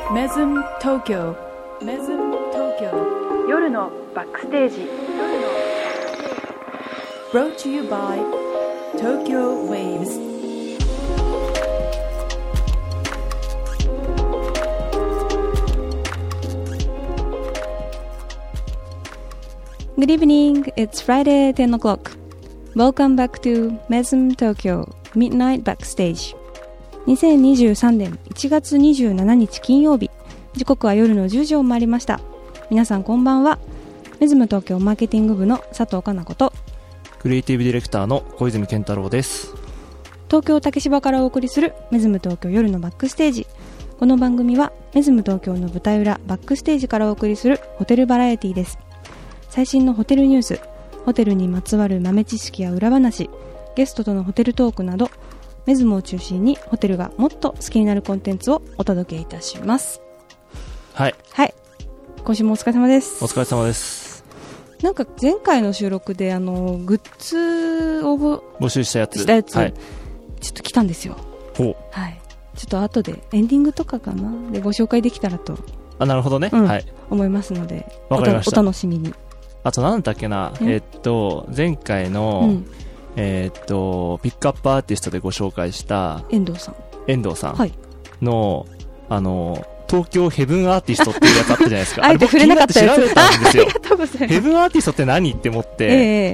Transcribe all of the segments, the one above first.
メズム東京夜のバックステージ Brought to you by Tokyo Waves。 Good evening, it's Friday 10 o'clock. Welcome back to Mesm Tokyo Midnight Backstage。 2023年1月27日金曜日、時刻は夜の10時を回りました。皆さんこんばんは。メズム東京マーケティング部の佐藤かなことクリエイティブディレクターの小泉健太郎です。 東京竹芝からお送りするメズム東京夜のバックステージ。この番組はメズム東京の舞台裏バックステージからお送りするホテルバラエティです。最新のホテルニュース、ホテルにまつわる豆知識や裏話、ゲストとのホテルトークなど、メズムを中心にホテルがもっと好きになるコンテンツをお届けいたします。 はい、 今週もお疲れ様です。 お疲れ様です。 なんか前回の収録でグッズを募集したやつ、 はい、 ちょっと来たんですよ。 ほう、 はい、ちょっと後でエンディングとかかなでご紹介できたらと、 なるほどね、はい、 思いますので、 わかりました。 お楽しみに。 あと何だっけな、前回の、ピックアップアーティストでご紹介した遠藤さんの、東京ヘブンアーティストっていうやつあったじゃないですか。 あえて触れなかったやつ。 調べたんですよ。 ありがとうございます。 ヘブンアーティストって何って思って、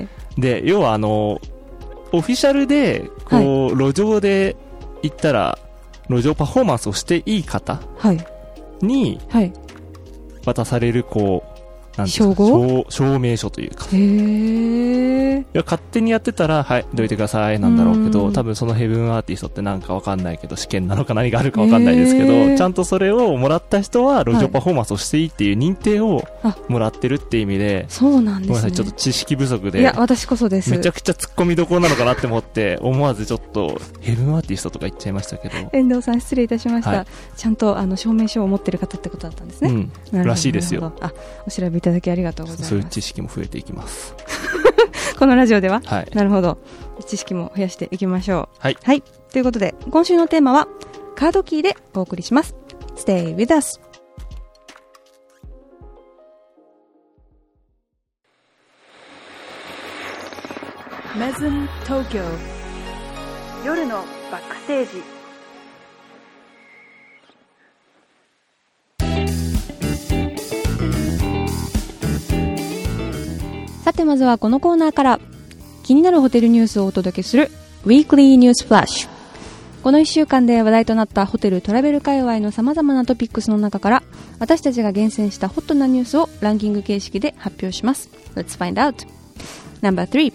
で、要はオフィシャルでこう、路上で行ったら路上パフォーマンスをしていい方に渡されるこうなんですか、証明書というか、いや勝手にやってたらはいどいてくださいなんだろうけど、多分そのヘブンアーティストってなんかわかんないけど試験なのか何があるかわかんないですけど、ちゃんとそれをもらった人は路上パフォーマンスをしていいっていう認定をもらってるっていう意味で、 そうなんですね。 ごめんなさい、ちょっと知識不足で、 いや私こそです。 めちゃくちゃ突っ込みどころなのかなって思って思わずちょっとヘブンアーティストとか言っちゃいましたけど、 遠藤さん失礼いたしました、ちゃんと証明書を持ってる方ってことだったんですね。 らしいですよ。 お調べいただきありがとうございます。 そういう知識も増えていきますこのラジオでは、なるほど、知識も増やしていきましょう。はい、ということで今週のテーマはカードキーでお送りします。 Stay with us。 メズム東京夜のバックステージ。 さてまずはこのコーナーから気になるホテルニュースをお届けする Weekly News Flash。 この1週間で話題となったホテルトラベル界隈の様々なトピックスの中から私たちが厳選したホットなニュースをランキング形式で発表します。 Let's find out. No.3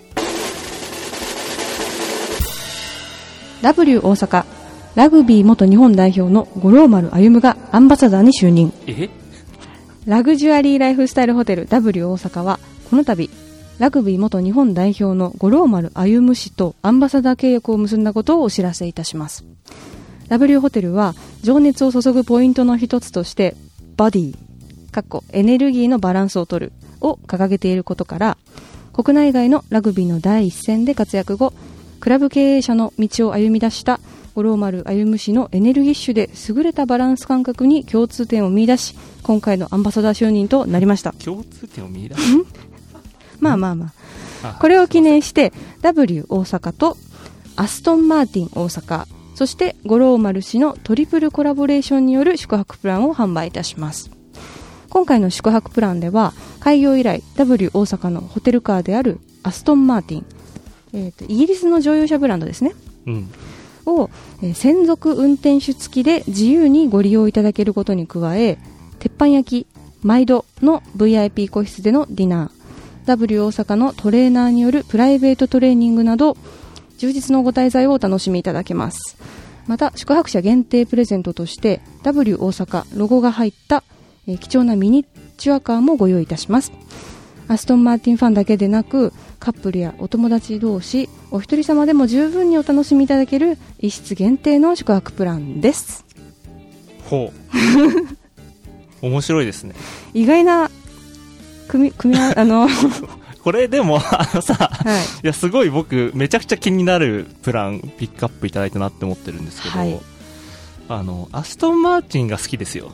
W 大阪ラグビー元日本代表の五郎丸歩がアンバサダーに就任。ラグジュアリーライフスタイルホテル W 大阪はこの度ラグビー元日本代表の五郎丸歩氏とアンバサダー契約を結んだことをお知らせいたします。 W ホテルは情熱を注ぐポイントの一つとしてボディエネルギーのバランスを取るを掲げていることから、国内外のラグビーの第一線で活躍後クラブ経営者の道を歩み出した五郎丸歩氏のエネルギッシュで優れたバランス感覚に共通点を見出し、今回のアンバサダー就任となりました。 共通点を見出すまあこれを記念して W 大阪とアストンマーティン大阪、そして五郎丸氏のトリプルコラボレーションによる宿泊プランを販売いたします。今回の宿泊プランでは開業以来 W 大阪のホテルカーであるアストンマーティン、イギリスの乗用車ブランドですね、を、専属運転手付きで自由にご利用いただけることに加え、鉄板焼き毎度の VIP 個室でのディナー、 W 大阪のトレーナーによるプライベートトレーニングなど充実のご滞在をお楽しみいただけます。また宿泊者限定プレゼントとして W 大阪ロゴが入った、貴重なミニチュアカーもご用意いたします。アストンマーティンファンだけでなくカップルやお友達同士お一人様でも十分にお楽しみいただける一室限定の宿泊プランです。 ほう面白いですね。 意外な組みこれでもさ、いやすごい僕めちゃくちゃ気になるプランピックアップいただいたなって思ってるんですけど、アストンマーティンが好きですよ。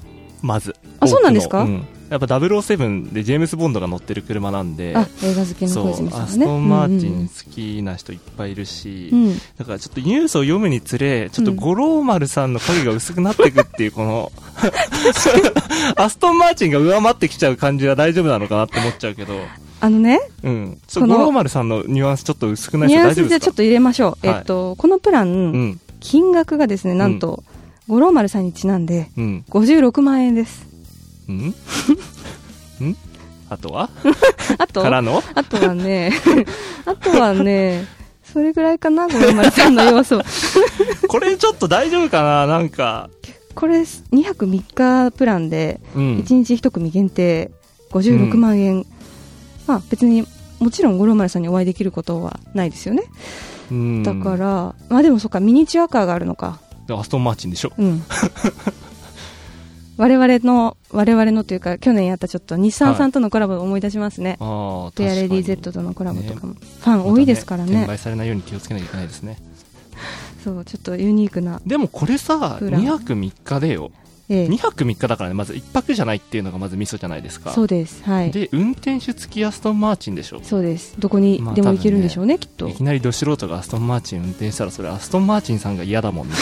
まず。 あ、そうなんですか？ やっぱ007でジェームス・ボンドが乗ってる車なんで、 映画好きの小泉さんね。 アストン・マーティン好きな人いっぱいいるし、だからちょっとニュースを読むにつれ、ちょっと五郎丸さんの影が薄くなっていくっていう、このアストン・マーティンが上回ってきちゃう感じは大丈夫なのかなって思っちゃうけど、 五郎丸さんのニュアンスちょっと薄くないですか？大丈夫ですか？ニュアンスでちょっと入れましょう。このプラン、金額がですね、なんと、五郎丸さんにちなんで、56万円です。 あとはあとはね、それぐらいかな、五郎丸さんの要素。 これちょっと大丈夫かな、なんか。 これ、2泊3日プランで、1日1組限定、56万円。まあ別に、もちろん五郎丸さんにお会いできることはないですよね。だから、まあでもそっか、ミニチュアカーがあるのか。 アストンマーチンでしょ。 我々のというか去年やったちょっと日産さんとのコラボを思い出しますね。ペアレディ Z とのコラボとかも、ファン多いですからね。 転売されないように気をつけなきゃいけないですね。 そうちょっとユニークな。 でもこれさ、2泊3日でよ。2泊3日だからね、まず1泊じゃないっていうのがまずミソじゃないですか。 そうです。はい。 で運転手付きアストンマーチンでしょ。 そうです。どこにでも行けるんでしょうね、きっと。 いきなりど素人がアストンマーチン運転したら、それアストンマーチンさんが嫌だもんね。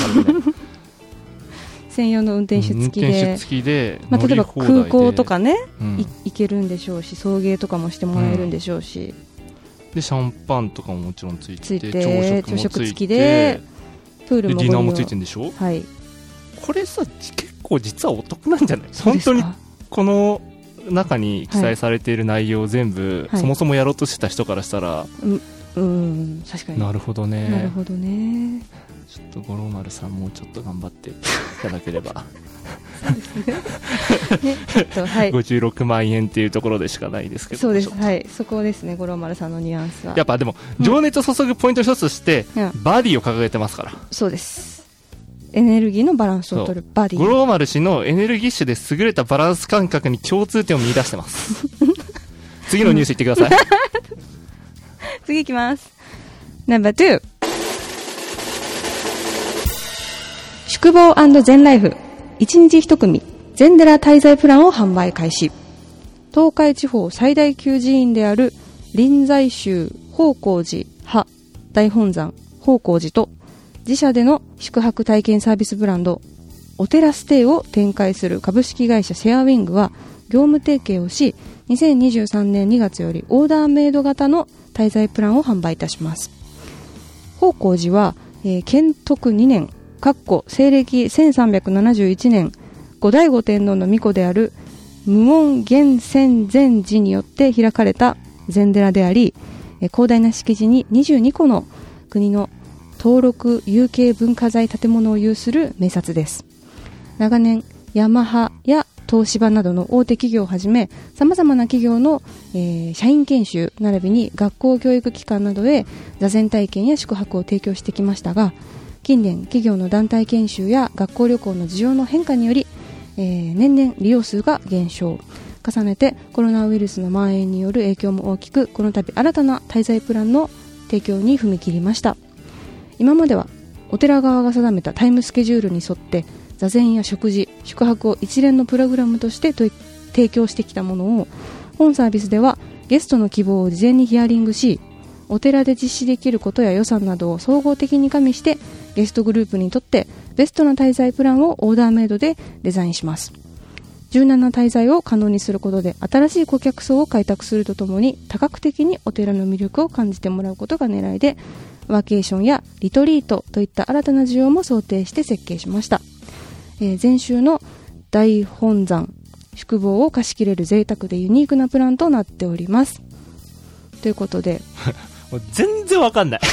専用の運転手付きで、まあ、例えば空港とかね、行けるんでしょうし、送迎とかもしてもらえるんでしょうし、 でシャンパンとかももちろんついて朝食付きで、プールもディナーもついてるんでしょ。 はい。 これさ、結構実はお得なんじゃない？本当にこの中に記載されている内容を全部、そもそもやろうとしてた人からしたら、 確かに。 なるほどね。 なるほどね。 ちょっと五郎丸さんもうちょっと頑張っていただければそうですね。はい、 56万円っていうところでしかないですけど。 そうです。はい。そこですね、五郎丸さんのニュアンスは。 やっぱでも、情熱を注ぐポイント一つとして、バディを掲げてますから。 そうです。エネルギーのバランスを取るバディ。 五郎丸氏のエネルギッシュで優れたバランス感覚に共通点を見出してます。次のニュースいってください。 次いきます。No.2、宿坊&全ライフ1日1組禅寺滞在プランを販売開始。東海地方最大級寺院である臨済宗宝光寺派大本山宝光寺と自社での宿泊体験サービスブランドお寺ステイを展開する株式会社シェアウィングは業務提携をし、2023年2月よりオーダーメイド型の滞在プランを販売いたします。宝光寺は、建徳2年西暦1371年後醍醐天皇の巫女である無門元泉禅師によって開かれた禅寺であり、広大な敷地に22個の国の登録有形文化財建物を有する名刹です。長年ヤマハや東芝などの大手企業をはじめ様々な企業の、社員研修並びに学校教育機関などへ座禅体験や宿泊を提供してきましたが、近年企業の団体研修や学校旅行の需要の変化により、年々利用数が減少。重ねてコロナウイルスの蔓延による影響も大きく、この度新たな滞在プランの提供に踏み切りました。今まではお寺側が定めたタイムスケジュールに沿って座禅や食事、宿泊を一連のプログラムとして提供してきたものを、本サービスではゲストの希望を事前にヒアリングし、お寺で実施できることや予算などを総合的に加味してゲストグループにとってベストな滞在プランをオーダーメイドでデザインします。柔軟な滞在を可能にすることで新しい顧客層を開拓するとともに多角的にお寺の魅力を感じてもらうことが狙いで、ワーケーションやリトリートといった新たな需要も想定して設計しました。前週の大本山宿坊を貸し切れる贅沢でユニークなプランとなっております。ということで全然わかんない。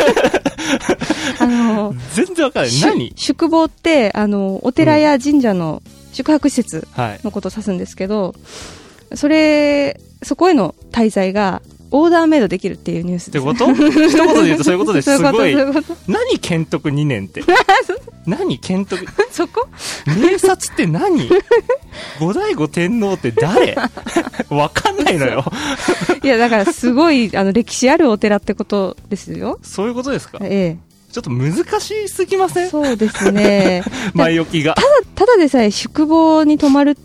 全然わかんない。何？ 宿坊ってお寺や神社の宿泊施設のことを指すんですけど、そこへの滞在がオーダーメイドできるっていうニュースです。 ってこと？一言で言うとそういうことです。すごい。何建徳2年って。何建徳そこ名刹って何？後醍醐天皇って誰？わかんないのよ。いやだからすごい歴史あるお寺ってことですよ。 そういうことですか？ ええ。 ちょっと難しすぎません？ そうですね。 前置きが。 ただでさえ宿坊に泊まるって、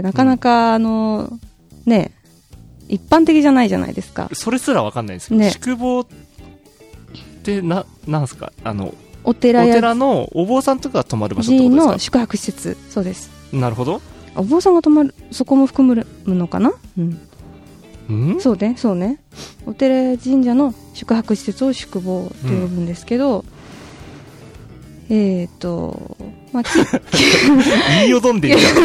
なかなか、ね、一般的じゃないじゃないですか。 それすらわかんないですけど、ね、宿坊ってなんすか？お寺のお坊さんとかが泊まる場所ってことですか？ の宿泊施設。そうです。 なるほど。 お坊さんが泊まる、そこも含むのかな？そうね。お寺神社の宿泊施設を宿坊と呼ぶんですけど、言いよどんでんじゃん。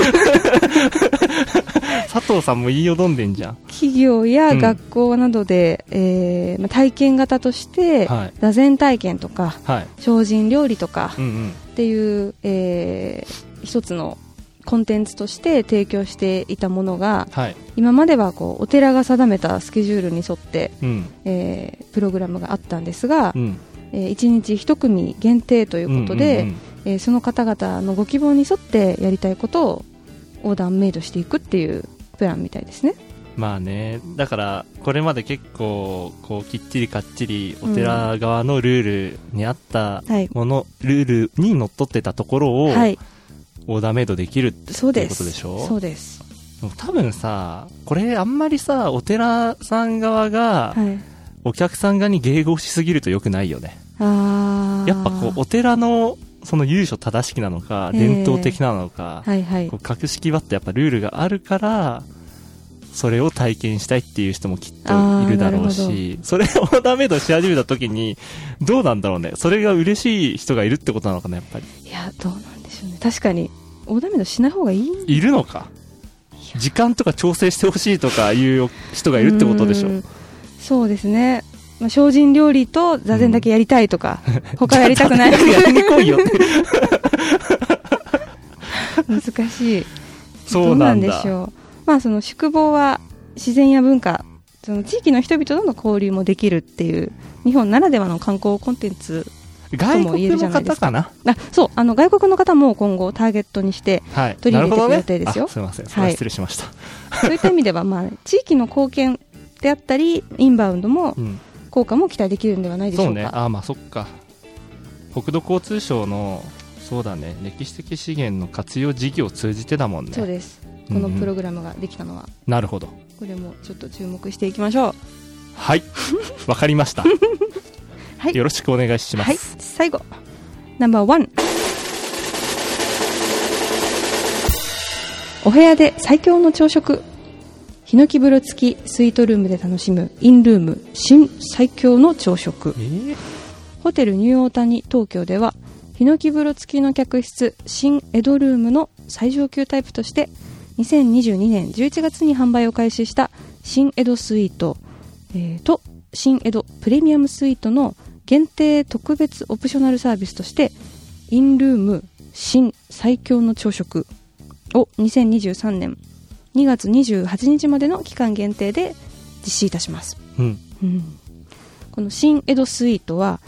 佐藤さんも言いよどんでんじゃん。 企業や学校などで、体験型として、座禅体験とか、精進料理とか、っていう、一つのコンテンツとして提供していたものが、今まではこうお寺が定めたスケジュールに沿って、プログラムがあったんですが、1日1組限定ということで、その方々のご希望に沿ってやりたいことをオーダーメイドしていくっていうプランみたいですね。 まあね、だからこれまで結構こうきっちりかっちりお寺側のルールに合ったもの、ルールにのっとってたところを、オーダーメイドできるっていうことでしょ？ そうです。 多分さ、これあんまりさ、お寺さん側が、お客さん側に迎合しすぎると良くないよね。やっぱこうお寺のその由緒正しきなのか、伝統的なのか、こう格式ばってやっぱルールがあるからそれを体験したいっていう人もきっといるだろうし、それをオーダーメイドし始めた時にどうなんだろうね。それが嬉しい人がいるってことなのかな、やっぱり。 いや、どうなんでしょうね。確かにオーダーメイドしない方がいるのか。時間とか調整してほしいとかいう人がいるってことでしょ。 そうですね。精進料理と座禅だけやりたいとか、他やりたくない。 やりに来いよって難しい。 そうなんだ。 どうなんでしょう。その宿坊は自然や文化、その地域の人々との交流もできるっていう日本ならではの観光コンテンツとも言えるじゃないですか。 外国の方かな。 そう、外国の方も今後ターゲットにして取り入れていく予定ですよ。 すみません、失礼しました。 そういった意味では、地域の貢献であったりインバウンドも、効果も期待できるんではないでしょうか。 そうね。そっか。国土交通省のそうだね、歴史的資源の活用事業を通じてだもんね。 そうです。このプログラムができたのは、 なるほど。 これもちょっと注目していきましょう。 はい、わかりました。はい、よろしくお願いします。はい、 最後ナンバー1、お部屋で最強の朝食、ヒノキ風呂付きスイートルームで楽しむインルーム新最強の朝食。ホテルニューオータニ東京ではヒノキ風呂付きの客室新江戸ルームの最上級タイプとして2022年11月に販売を開始した新江戸スイート、と新江戸プレミアムスイートの限定特別オプショナルサービスとしてインルーム新最強の朝食を2023年2月28日までの期間限定で実施いたします。この新江戸スイートは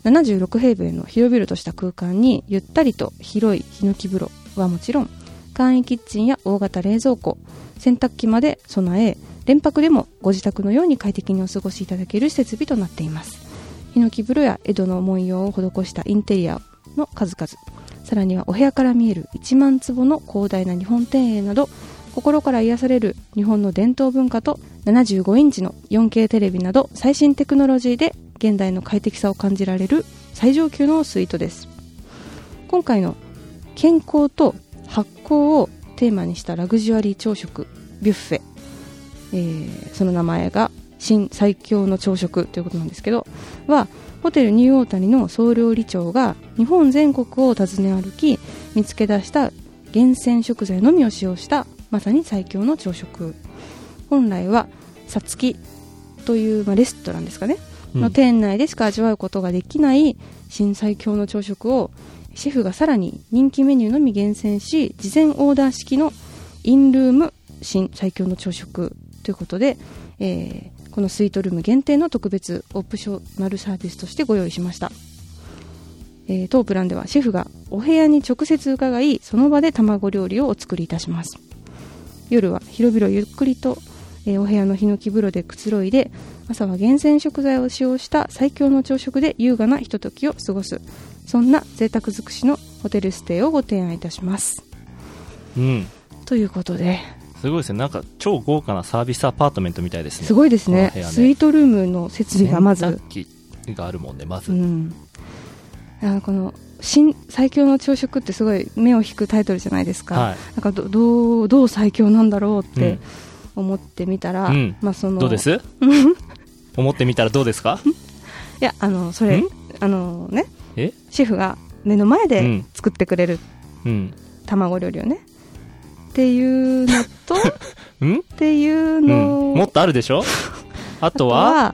76平米の広々とした空間にゆったりと広いヒノキ風呂はもちろん、簡易キッチンや大型冷蔵庫、洗濯機まで備え、連泊でもご自宅のように快適にお過ごしいただける施設備となっています。ヒノキ風呂や江戸の文様を施したインテリアの数々、さらにはお部屋から見える1万坪の広大な日本庭園など、心から癒される日本の伝統文化と75インチの 4K テレビなど最新テクノロジーで現代の快適さを感じられる最上級のスイートです。今回の健康と発酵をテーマにしたラグジュアリー朝食ビュッフェ、その名前が新最強の朝食ということなんですけど、はホテルニューオータニの総料理長が日本全国を訪ね歩き見つけ出した厳選食材のみを使用したまさに最強の朝食。本来はさつきという、レストランですかね、の店内でしか味わうことができない新最強の朝食をシェフがさらに人気メニューのみ厳選し、事前オーダー式のインルーム新最強の朝食ということで、このスイートルーム限定の特別オプショナルサービスとしてご用意しました。当プランではシェフがお部屋に直接伺い、その場で卵料理をお作りいたします。夜は広々ゆっくりと、お部屋のヒノキ風呂でくつろいで朝は厳選食材を使用した最強の朝食で優雅なひとときを過ごす、そんな贅沢尽くしのホテルステイをご提案いたします。ということで、 すごいですね。なんか超豪華なサービスアパートメントみたいですね。 すごいですね。スイートルームの設備がまず、 洗濯機があるもんね、まず。 この最強の朝食ってすごい目を引くタイトルじゃないですか。なんかどう最強なんだろうって思ってみたら、 どうです思ってみたらどうですか？ いや、それ、シェフが目の前で作ってくれる卵料理をね、っていうのとっていうの、 もっとあるでしょ。あとは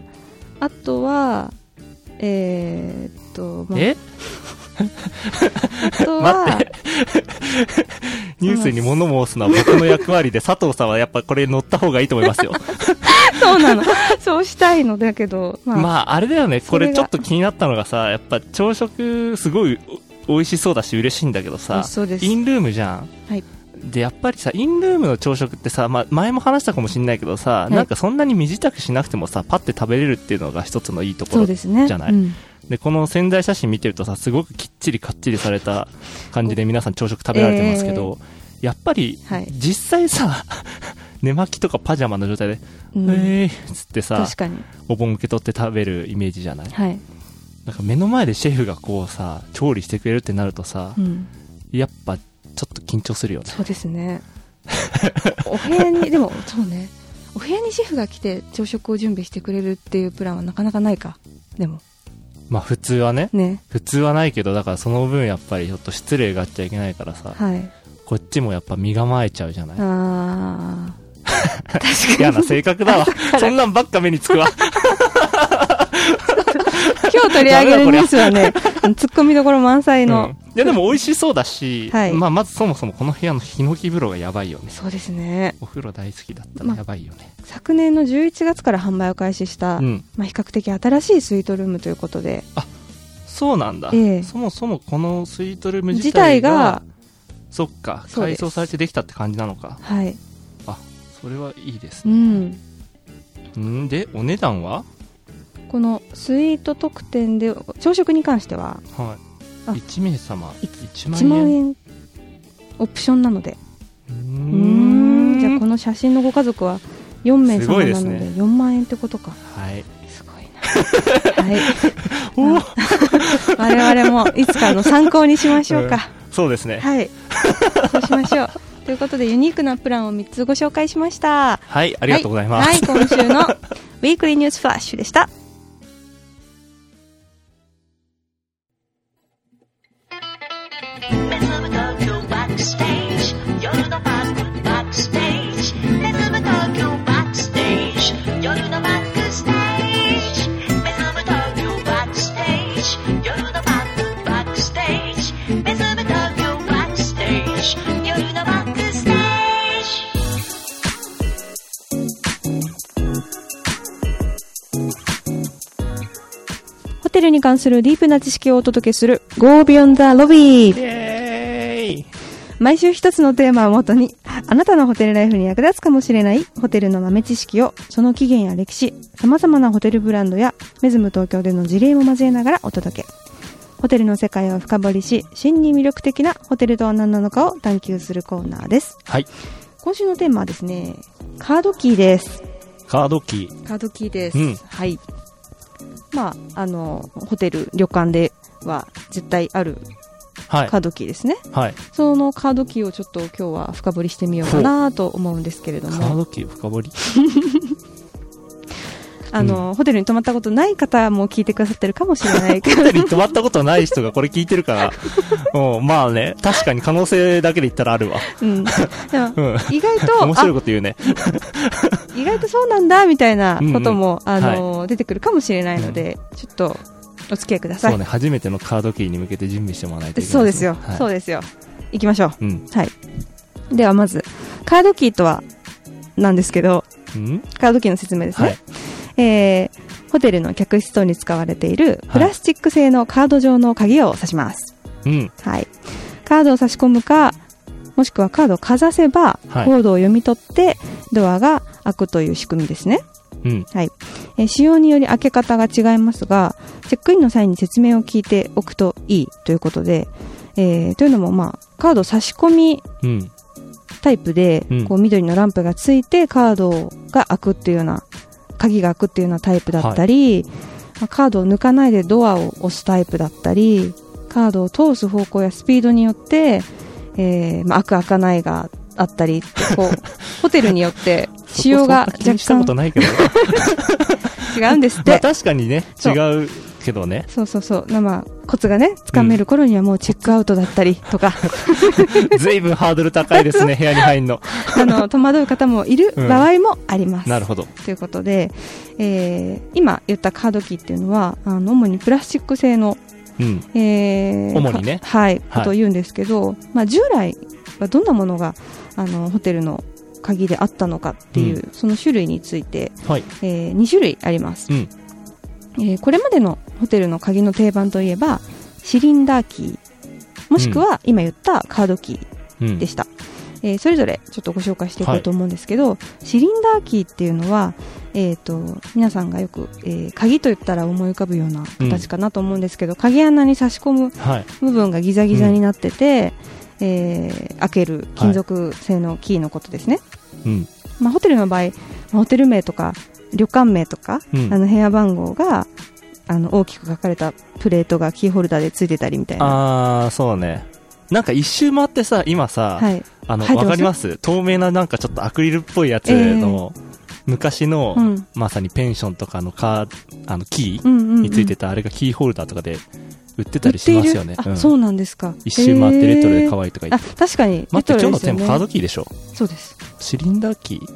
待って、ニュースに物申すのは僕の役割で、佐藤さんはやっぱこれ乗った方がいいと思いますよ。 そうなの。そうしたいのだけど、 あれだよね。これちょっと気になったのがさ、やっぱ朝食すごい美味しそうだし嬉しいんだけどさ、インルームじゃん。でやっぱりさ、インルームの朝食ってさ、前も話したかもしれないけどさ、なんかそんなに身支度しなくてもさ、パッて食べれるっていうのが一つのいいところじゃない。でこの宣材写真見てるとさ、すごくきっちりかっちりされた感じで皆さん朝食食べられてますけど、やっぱり実際さ、寝巻きとかパジャマの状態でつってさ、お盆受け取って食べるイメージじゃない。なんか目の前でシェフがこうさ調理してくれるってなるとさ、やっぱちょっと緊張するよね。 そうですね。お部屋にでもそうね、お部屋にシェフが来て朝食を準備してくれるっていうプランはなかなかないか。でも普通はね、普通はないけど、だからその分やっぱりちょっと失礼があっちゃいけないからさ、こっちもやっぱ身構えちゃうじゃない。確かに嫌な性格だわ。そんなんばっか目につくわ。 今日取り上げるニュースはね、ツッコミどころ満載の、 いやでも美味しそうだし、まずそもそもこの部屋のヒノキ風呂がやばいよね。 そうですね。 お風呂大好きだったらやばいよね。 昨年の11月から販売を開始した、比較的新しいスイートルームということで。 そうなんだ。そもそもこのスイートルーム自体がそっか、改装されてできたって感じなのか。それはいいですね。でお値段はこのスイート特典で朝食に関しては、 1名様 1万円オプションなので、じゃあこの写真のご家族は4名様なので4万円ってことか。すごいな。我々もいつかの参考にしましょうか。 そうですね。 そうしましょう。ということでユニークなプランを3つご紹介しました。 ありがとうございます。 今週のウィークリーニュースフラッシュでした。ホテルに関するディープな知識をお届けする Go Beyond the Lobby。毎週一つのテーマをもとに、あなたのホテルライフに役立つかもしれないホテルの豆知識を、その起源や歴史、様々なホテルブランドやメズム東京での事例も交えながらお届け。ホテルの世界を深掘りし、真に魅力的なホテルとは何なのかを探求するコーナーです。今週のテーマはですね、カードキーです。 カードキーです。ホテル、旅館では絶対あるカードキーですね。そのカードキーをちょっと今日は深掘りしてみようかなと思うんですけれども。 カードキー深掘りホテルに泊まったことない方も聞いてくださってるかもしれないけど。 ホテルに泊まったことない人がこれ聞いてるから、まあね、確かに可能性だけで言ったらあるわ。でも意外と面白いこと言うね。 意外とそうなんだみたいなことも、出てくるかもしれないので、ちょっとお付き合いください。 そうね、初めてのカードキーに向けて準備してもらわないといけない。 そうですよ、そうですよ。行きましょう。ではまずカードキーとはなんですけど、カードキーの説明ですね。ホテルの客室等に使われているプラスチック製のカード状の鍵を指します。カードを差し込むか、もしくはカードをかざせば、コードを読み取ってドアが開くという仕組みですね。 仕様により開け方が違いますが、チェックインの際に説明を聞いておくといいということで、というのも、カード差し込みタイプで、こう緑のランプがついてカードが開くっていうような、鍵が開くっていうようなタイプだったり、カードを抜かないでドアを押すタイプだったり、カードを通す方向やスピードによって、開く開かないがあったり、こうホテルによって仕様が若干気にしたことないけど違うんですって。 確かにね、違うけどね。 そう。コツがね、つかめる頃にはもうチェックアウトだったりとか。 随分ハードル高いですね、部屋に入るの。 戸惑う方もいる場合もあります。 なるほど。 ということで、今言ったカードキーっていうのは、主にプラスチック製の、 主にね。 はい、ことを言うんですけど、従来はどんなものが、ホテルの鍵であったのかっていう、その種類について、2種類あります。これまでのホテルの鍵の定番といえばシリンダーキーもしくは今言ったカードキーでした。それぞれちょっとご紹介していこうと思うんですけど、シリンダーキーっていうのは、皆さんがよく、鍵と言ったら思い浮かぶような形かなと思うんですけど、鍵穴に差し込む部分がギザギザになってて、開ける金属製のキーのことですね。ホテルの場合、ホテル名とか旅館名とか、部屋番号が大きく書かれたプレートがキーホルダーでついてたりみたいな。そうね。 なんか一周回ってさ、今さ、わかります？透明ななんかちょっとアクリルっぽいやつの、昔の、まさにペンションとかのキーについてたあれがキーホルダーとかで売ってたりしますよね。 そうなんですか。 一周回ってレトロで可愛いとか言って。 確かに。 待って、今日のテーマカードキーでしょ？ そうです。 シリンダーキー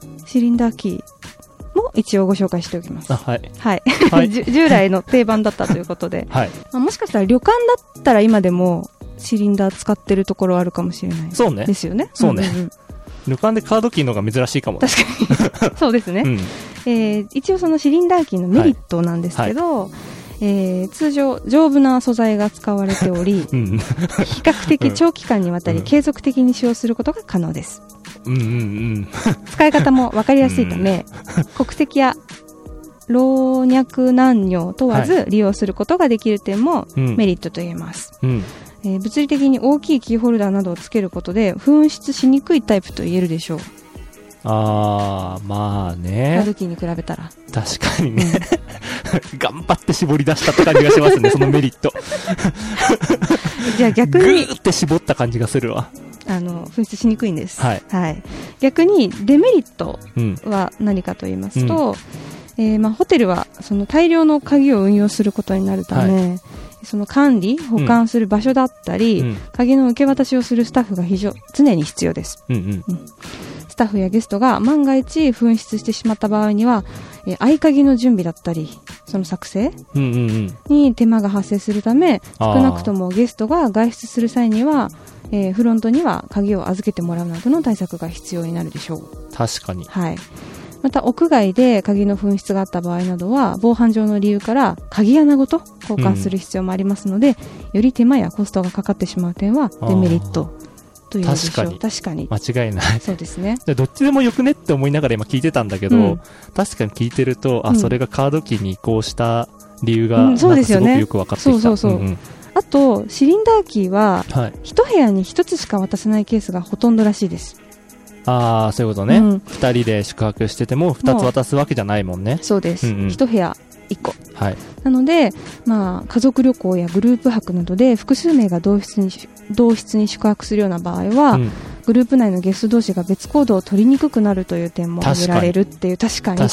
も一応ご紹介しておきます。 はい。 従来の定番だったということで、もしかしたら旅館だったら今でもシリンダー使ってるところあるかもしれない。 そうね。 ですよね。 そうね。旅館でカードキーの方が珍しいかも。 確かに。そうですね。一応そのシリンダーキーのメリットなんですけど、通常丈夫な素材が使われており、比較的長期間にわたり継続的に使用することが可能です。使い方も分かりやすいため、国籍や老若男女問わず利用することができる点もメリットと言えます。物理的に大きいキーホルダーなどをつけることで紛失しにくいタイプと言えるでしょう。 まあね。 カードキーに比べたら。 確かにね。頑張って絞り出したって感じがしますね、そのメリット。 じゃあ逆に。 グーって絞った感じがするわ。 紛失しにくいんです。逆にデメリットは何かと言いますと、ホテルはその大量の鍵を運用することになるため、その管理、保管する場所だったり、鍵の受け渡しをするスタッフが常に必要です。スタッフやゲストが万が一紛失してしまった場合には、合鍵の準備だったりその作成に手間が発生するため、少なくともゲストが外出する際には、フロントには鍵を預けてもらうなどの対策が必要になるでしょう。 確かに。 また屋外で鍵の紛失があった場合などは防犯上の理由から鍵穴ごと交換する必要もありますので、より手間やコストがかかってしまう点はデメリットというでしょう。確かに間違いない。 そうですね。 どっちでもよくねって思いながら今聞いてたんだけど、確かに聞いてると、それがカードキーに移行した理由がなんかすごくよく分かってきた。 あとシリンダーキーは一部屋に一つしか渡せないケースがほとんどらしいです。 そういうことね。2人で宿泊してても2つ渡すわけじゃないもんね。 そうです。一部屋1個。なので、家族旅行やグループ泊などで複数名が同室に宿泊するような場合は、グループ内のゲスト同士が別行動を取りにくくなるという点も挙げられるっていう。確かに。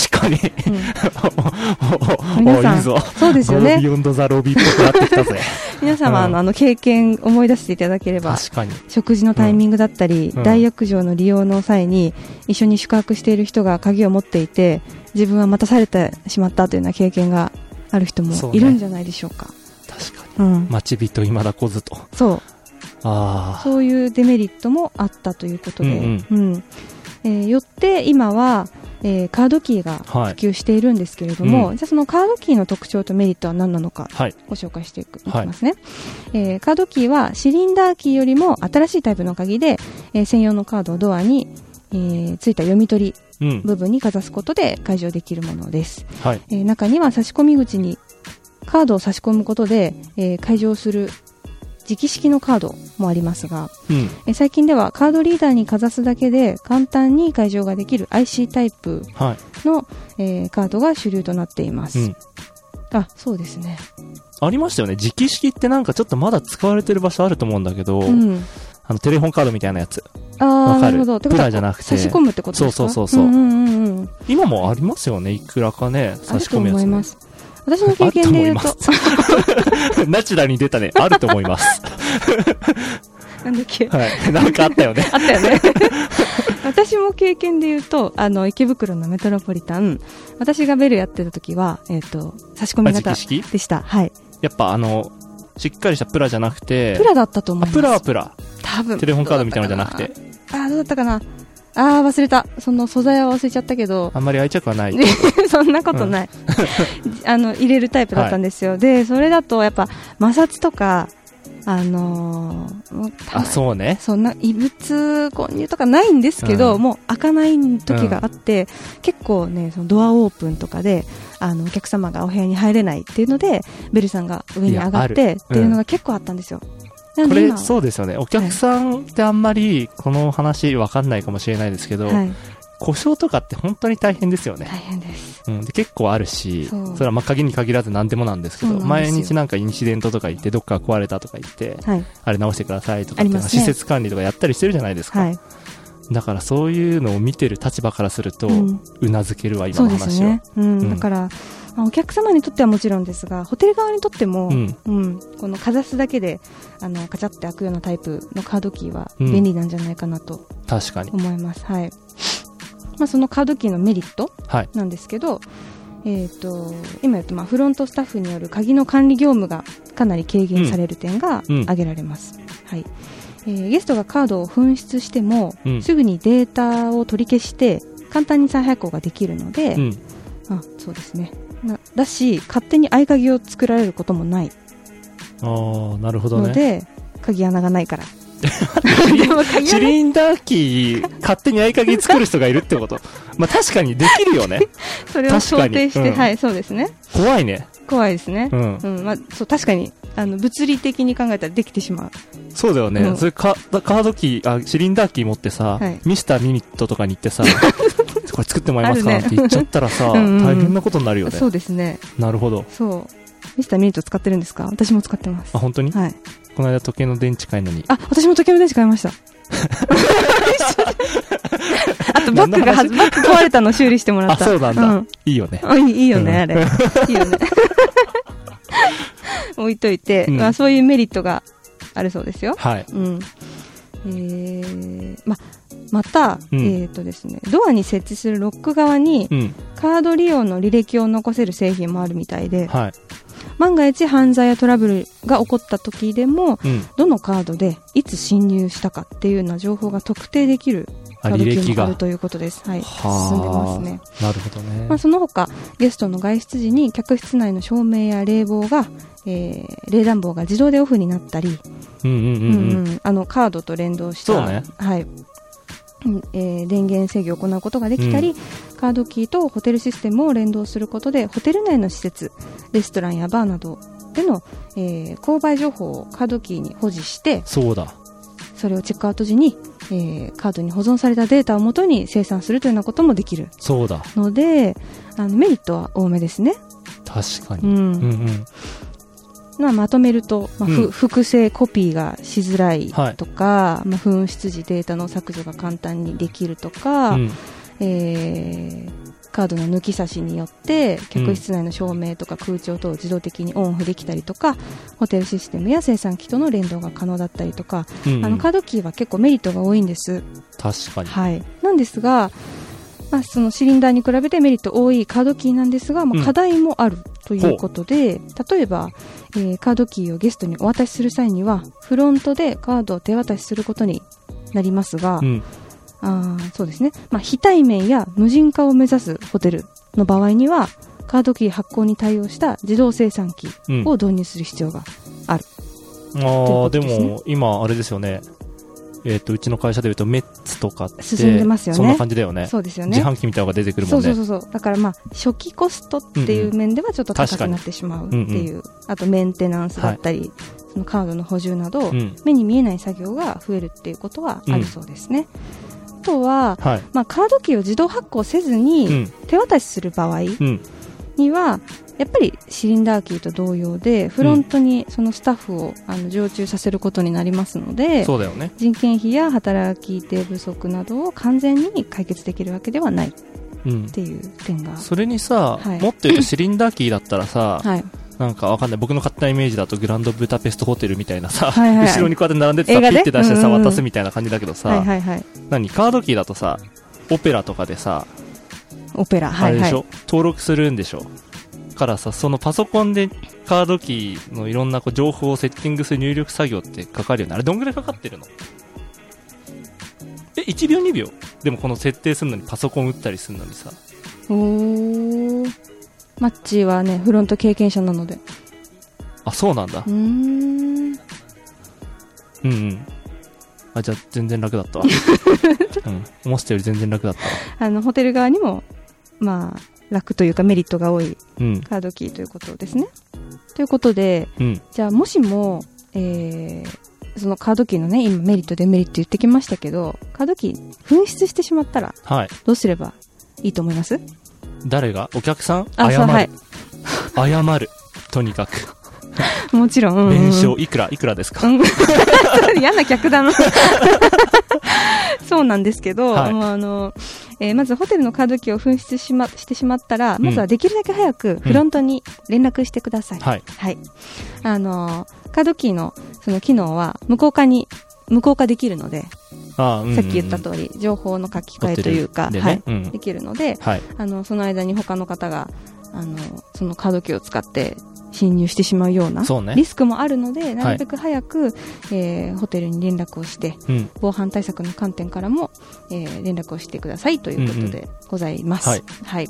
皆さん、そうですよね。 ビヨンドザロビーっぽくなってきたぜ。 皆様、経験思い出していただければ、食事のタイミングだったり、大浴場の利用の際に一緒に宿泊している人が鍵を持っていて、自分は待たされてしまったというような経験がある人もいるんじゃないでしょうか。 確かに。待ち人未だ来ずと。 そういうデメリットもあったということで、よって今は、カードキーが普及しているんですけれども、じゃあそのカードキーの特徴とメリットは何なのかご紹介していきますね。カードキーはシリンダーキーよりも新しいタイプの鍵で、専用のカードをドアに、ついた読み取り部分にかざすことで解錠できるものです。 はい。 中には差し込み口にカードを差し込むことで、解錠する磁気式のカードもありますが、最近ではカードリーダーにかざすだけで簡単に解錠ができる IC タイプの、カードが主流となっています。あ、そうですね。 ありましたよね。磁気式ってなんかちょっとまだ使われてる場所あると思うんだけど、テレホンカードみたいなやつ。 ああ、なるほど。 プラじゃなくて。 差し込むってことですか？ そう。今もありますよね。いくらかね、差し込むやつ、ね。あると思います。 私の経験で言うと。 ナチュラルに出たね。あると思います。 なんだっけ？ はい。なんかあったよね。 あったよね。私も経験で言うと、池袋のメトロポリタン、私がベルやってた時は、差し込み型でした。はい。 やっぱしっかりしたプラじゃなくて、 プラだったと思います。 プラはプラ。 多分。 テレホンカードみたいなのじゃなくて。 どうだったかな。忘れた。その素材は忘れちゃったけど。 あんまり愛着はない。 そんなことない。入れるタイプだったんですよ。で、それだとやっぱ摩擦とか、 そうね。 そんな異物混入とかないんですけど、もう開かない時があって、結構ね、そのドアオープンとかで、お客様がお部屋に入れないっていうので、ベルさんが上に上がってっていうのが結構あったんですよ。 これそうですよね。お客さんってあんまりこの話わかんないかもしれないですけど、故障とかって本当に大変ですよね。 大変です。 で結構あるし、それは鍵に限らず何でもなんですけど、毎日なんかインシデントとか言ってどっか壊れたとか言って、あれ直してくださいとかって施設管理とかやったりしてるじゃないですか。だからそういうのを見てる立場からすると、うなずけるわ今の話は。そうですね。だからお客様にとってはもちろんですが、ホテル側にとっても、このかざすだけでカチャって開くようなタイプのカードキーは便利なんじゃないかなと思います。はい。そのカードキーのメリットなんですけど、今言うとフロントスタッフによる鍵の管理業務がかなり軽減される点が挙げられます。はい。ゲストがカードを紛失しても、すぐにデータを取り消して簡単に再発行ができるので、そうですね。だし勝手に合鍵を作られることもない。 なるほどね。 ので鍵穴がないから。 シリンダーキー勝手に合鍵作る人がいるってこと。確かにできるよね。 それを想定して、はい、そうですね。 怖いね。 怖いですね。そう確かに物理的に考えたらできてしまう。 そうだよね。それカードキーシリンダーキー持ってさ、ミスターミニットとかに行ってさ。これ作ってもらえますかって言っちゃったらさ、大変なことになるよね。 そうですね。 なるほど。 そう。ミスターミニット使ってるんですか？私も使ってます。 本当に？ はい。 この間時計の電池買いのに。 私も時計の電池買いました。あとバッグ壊れたの修理してもらった。 そうなんだ。いいよね。 いいよね、あれ。いいよね。置いといて、そういうメリットがあるそうですよ。 はい。 また、ですね、ドアに設置するロック側に、カード利用の履歴を残せる製品もあるみたいで、万が一犯罪やトラブルが起こった時でも、どのカードでいつ侵入したかっていうような情報が特定できるカードキーもあるということです。はい、進んでますね。 なるほどね。 その他、ゲストの外出時に客室内の照明や冷房が、冷暖房が自動でオフになったり、カードと連動した、はい、電源制御を行うことができたり、カードキーとホテルシステムを連動することでホテル内の施設、レストランやバーなどでの、購買情報をカードキーに保持して、それをチェックアウト時に、カードに保存されたデータをもとに生産するというようなこともできるので、メリットは多めですね。 確かに。 まとめると、複製コピーがしづらいとか、紛失時データの削除が簡単にできるとか、カードの抜き差しによって客室内の照明とか空調等を自動的にオンオフできたりとか、ホテルシステムや生産機との連動が可能だったりとか、カードキーは結構メリットが多いんです。 確かに。 はい。なんですが、そのシリンダーに比べてメリット多いカードキーなんですが、課題もあるということで、例えば、カードキーをゲストにお渡しする際にはフロントでカードを手渡しすることになりますが、そうですね、非対面や無人化を目指すホテルの場合にはカードキー発行に対応した自動生産機を導入する必要がある、 でも今あれですよね、 うちの会社でいうとメッツとかって進んでますよね。 そんな感じだよね。 そうですよね。 自販機みたいなのが出てくるもんね。 そうだから初期コストっていう面ではちょっと高くなってしまうっていう、あとメンテナンスだったり、そのカードの補充など、目に見えない作業が増えるっていうことはあるそうですね。あとは、カードキーを自動発行せずに手渡しする場合には、やっぱりシリンダーキーと同様でフロントにそのスタッフを常駐させることになりますので、 そうだよね、 人件費や働き手不足などを完全に解決できるわけではないっていう点が、 それにさ、もっと言うとシリンダーキーだったらさ、なんかわかんない、僕の勝手なイメージだとグランドブダペストホテルみたいなさ、後ろにこうやって並んでてさ、ピッて出してさ、渡すみたいな感じだけどさ、カードキーだとさ、オペラとかでさ、あれでしょ、登録するんでしょからさ、そのパソコンでカードキーのいろんな情報をセッティングする入力作業ってかかるよね。あれどんぐらいかかってるの？1秒2秒でもこの設定するのにパソコン打ったりするのにさ。 マッチはね、フロント経験者なので。 あ、そうなんだ。あ、じゃあ全然楽だったわ。思ってたより全然楽だったわ。 ホテル側にも楽というかメリットが多いカードキーということですね。ということで、じゃあもしも、そのカードキーのね、今メリットデメリット言ってきましたけど、カードキー紛失してしまったら、どうすればいいと思います？ 誰が？お客さん？謝る。謝る。とにかく。 もちろん。 弁償いくらですか？ 嫌な客だな。そうなんですけど、まずホテルのカードキーを紛失してしまったら、まずはできるだけ早くフロントに連絡してください。カードキーのその機能は無効化できるので、さっき言った通り情報の書き換えというか、できるので、その間に他の方がそのカードキーを使って侵入してしまうようなリスクもあるので、なるべく早く、ホテルに連絡をして、防犯対策の観点からも、連絡をしてくださいということでございます。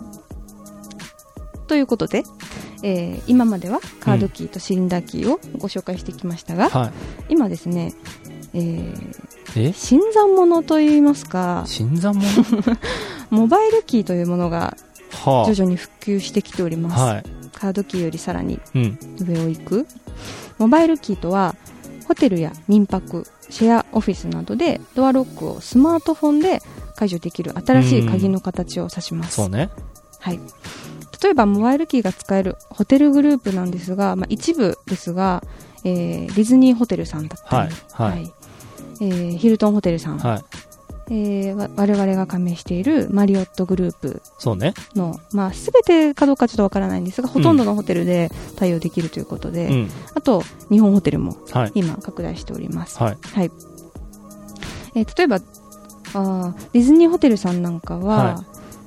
ということで、今まではカードキーとシリンダーキーをご紹介してきましたが、今ですね、新参者といいますか、モバイルキーというものが徐々に普及してきております。カードキーよりさらに上を行く、モバイルキーとはホテルや民泊、シェアオフィスなどでドアロックをスマートフォンで解除できる新しい鍵の形を指します。 そうね。 例えばモバイルキーが使えるホテルグループなんですが、一部ですが、ディズニーホテルさんだったり、ヒルトンホテルさん、我々が加盟しているマリオットグループの、全てかどうかちょっとわからないんですが、ほとんどのホテルで対応できるということで、あと日本ホテルも今拡大しております。例えばディズニーホテルさんなんかは、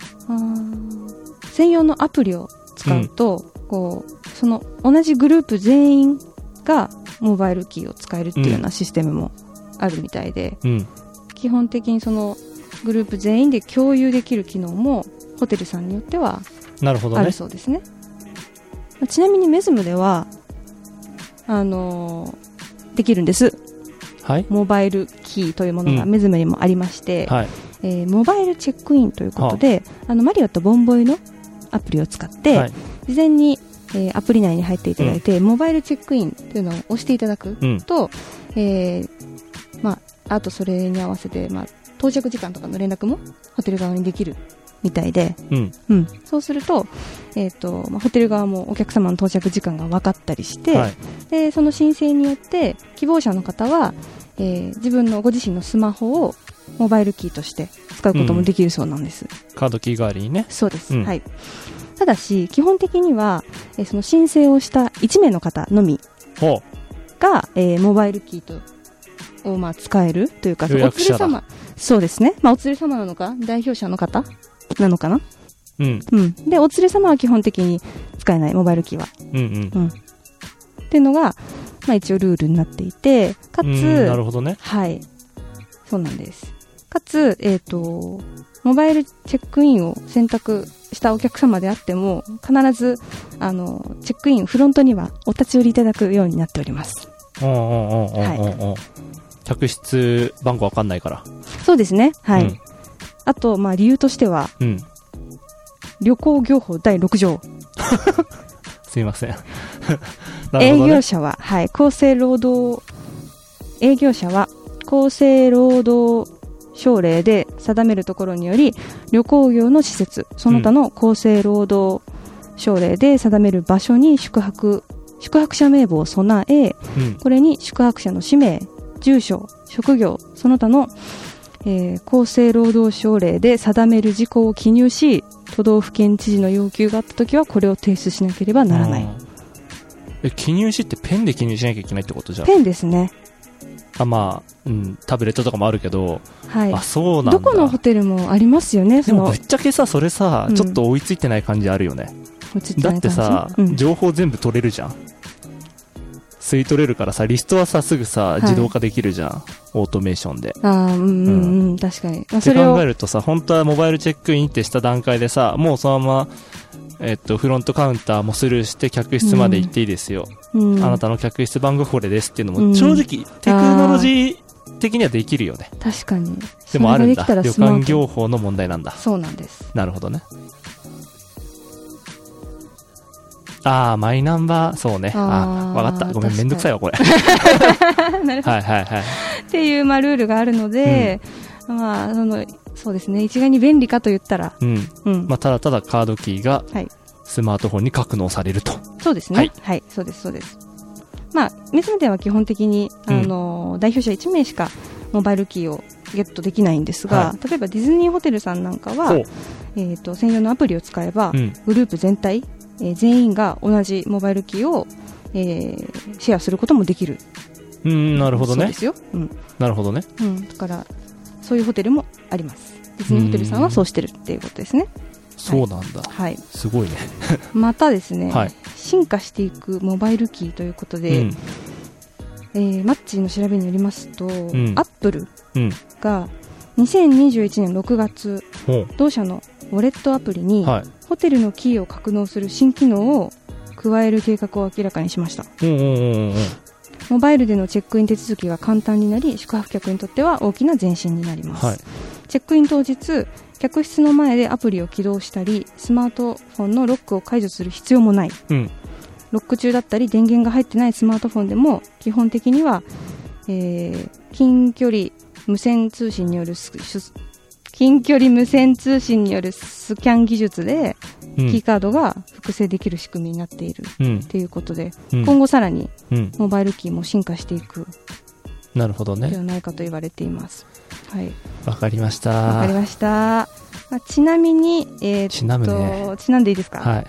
専用のアプリを使うと、その同じグループ全員がモバイルキーを使えるっていうようなシステムもあるみたいで、基本的にそのグループ全員で共有できる機能もホテルさんによってはあるそうですね。ちなみにメズムではできるんです、モバイルキーというものがメズムにもありまして、モバイルチェックインということで、マリオとボンボイのアプリを使って、事前に、アプリ内に入っていただいて、モバイルチェックインというのを押していただくと、あとそれに合わせて、到着時間とかの連絡もホテル側にできるみたいで、そうすると、ホテル側もお客様の到着時間が分かったりして、でその申請によって希望者の方は、自分のご自身のスマホをモバイルキーとして使うこともできるそうなんです。 カードキー代わりにね。 そうです。ただし基本的には、その申請をした1名の方のみが、モバイルキーとを使えるというか、お連れ様、そうですね、お連れ様なのか代表者の方なのかな、でお連れ様は基本的に使えない、モバイルキーは、っていうのが、一応ルールになっていて、かつ、 なるほどね、 そうなんです。かつ、モバイルチェックインを選択したお客様であっても、必ずチェックインフロントにはお立ち寄りいただくようになっております。 客室番号わかんないから。 そうですね。はい。あと、まあ理由としては、旅行業法第6条。 すいません。 営業者は、はい、営業者は厚生労働省令で定めるところにより、旅行業の施設、その他の厚生労働省令で定める場所に宿泊者名簿を備え、これに宿泊者の氏名、住所、職業、その他の、厚生労働省令で定める事項を記入し、都道府県知事の要求があったときはこれを提出しなければならない。 記入しってペンで記入しなきゃいけないってことじゃん。 ペンですね。 まあ、タブレットとかもあるけど、 はい、 そうなんだ。 どこのホテルもありますよね。 でもぶっちゃけさ、それさ、ちょっと追いついてない感じあるよね。だってさ、情報全部取れるじゃん。吸い取れるからさ、リストはさ、すぐさ、自動化できるじゃん。オートメーションで。確かに。 って考えるとさ、本当はモバイルチェックインってした段階でさ、もうそのまま、フロントカウンターもスルーして客室まで行っていいですよ。あなたの客室番号これですっていうのも、正直、テクノロジー的にはできるよね。 確かに。 でもあるんだ。旅館業法の問題なんだ。 そうなんです。 なるほどね。マイナンバー、そうね。わかった。ごめん、めんどくさいわ、これ。 なるほど。はいはいはい。っていう、まあ、ルールがあるので、まあ、そうですね。一概に便利かと言ったら。 まあ、ただただカードキーが、スマートフォンに格納されると。 そうですね。はい。そうです、そうです。まあ、メズムでは基本的に、代表者1名しかモバイルキーをゲットできないんですが、例えばディズニーホテルさんなんかは、専用のアプリを使えば、グループ全体、全員が同じモバイルキーを、シェアすることもできる。 なるほどね。 そうですよ。 なるほどね。 だからそういうホテルもあります。ディズニーホテルさんはそうしてるっていうことですね。 そうなんだ。 はい。 すごいね。 またですね、進化していくモバイルキーということで、マッチーの調べによりますと、アップルが2021年6月、同社のウォレットアプリに、ホテルのキーを格納する新機能を加える計画を明らかにしました。モバイルでのチェックイン手続きが簡単になり、宿泊客にとっては大きな前進になります。チェックイン当日、客室の前でアプリを起動したり、スマートフォンのロックを解除する必要もない。ロック中だったり電源が入ってないスマートフォンでも基本的には、近距離無線通信によるスキャン技術でキーカードが複製できる仕組みになっているということで、今後さらにモバイルキーも進化していくなるほどねではないかと言われています。はい。 わかりました。 わかりました。ちなみにちなんでいいですか。 はい。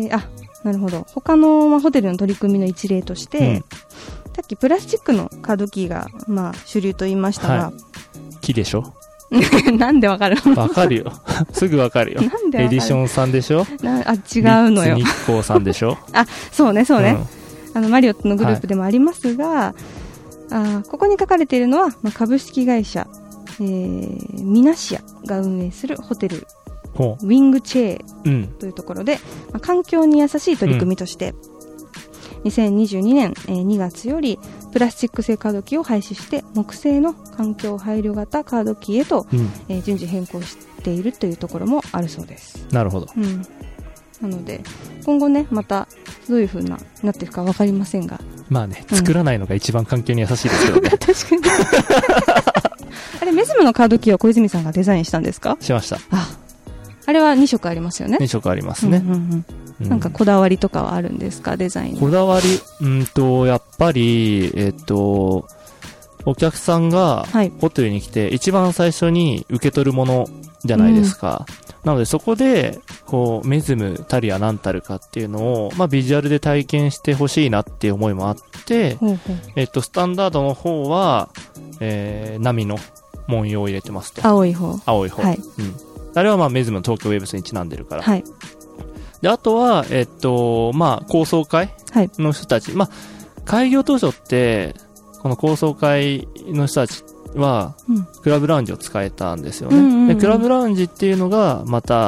なるほど。他の、ホテルの取り組みの一例として、さっきプラスチックのカードキーが、主流と言いましたが、 木でしょなんでわかるの？ わかるよ。すぐわかるよ。なんでエディションさんでしょ？ 違うのよ。 日光さんでしょ？ そうね。マリオットのグループでもありますが、ここに書かれているのは、株式会社、ミナシアが運営するホテル、ウィングチェーというところで、環境に優しい取り組みとして、2022年2月よりプラスチック製カードキーを廃止して木製の環境配慮型カードキーへと、順次変更しているというところもあるそうです。 なるほど。 なので今後ね、またどういう風なっていくか分かりませんが、 作らないのが一番環境に優しいですけどね。 確かに。あれメズムのカードキーは小泉さんがデザインしたんですか？ しました。 あれは2色ありますよね。 2色ありますね。 なんかこだわりとかはあるんですか？デザインこだわり、やっぱりお客さんがホテルに来て一番最初に受け取るものじゃないですか。なのでそこでこうメズムたるや何たるかっていうのをビジュアルで体験してほしいなっていう思いもあって、スタンダードの方は、波の文様を入れてますと。 青い方。 はい。あれはメズムの東京ウェブスにちなんでるから。はい。で、あとは、高層階の人たち。開業当初って、この高層階の人たちは、クラブラウンジを使えたんですよね。で、クラブラウンジっていうのが、また、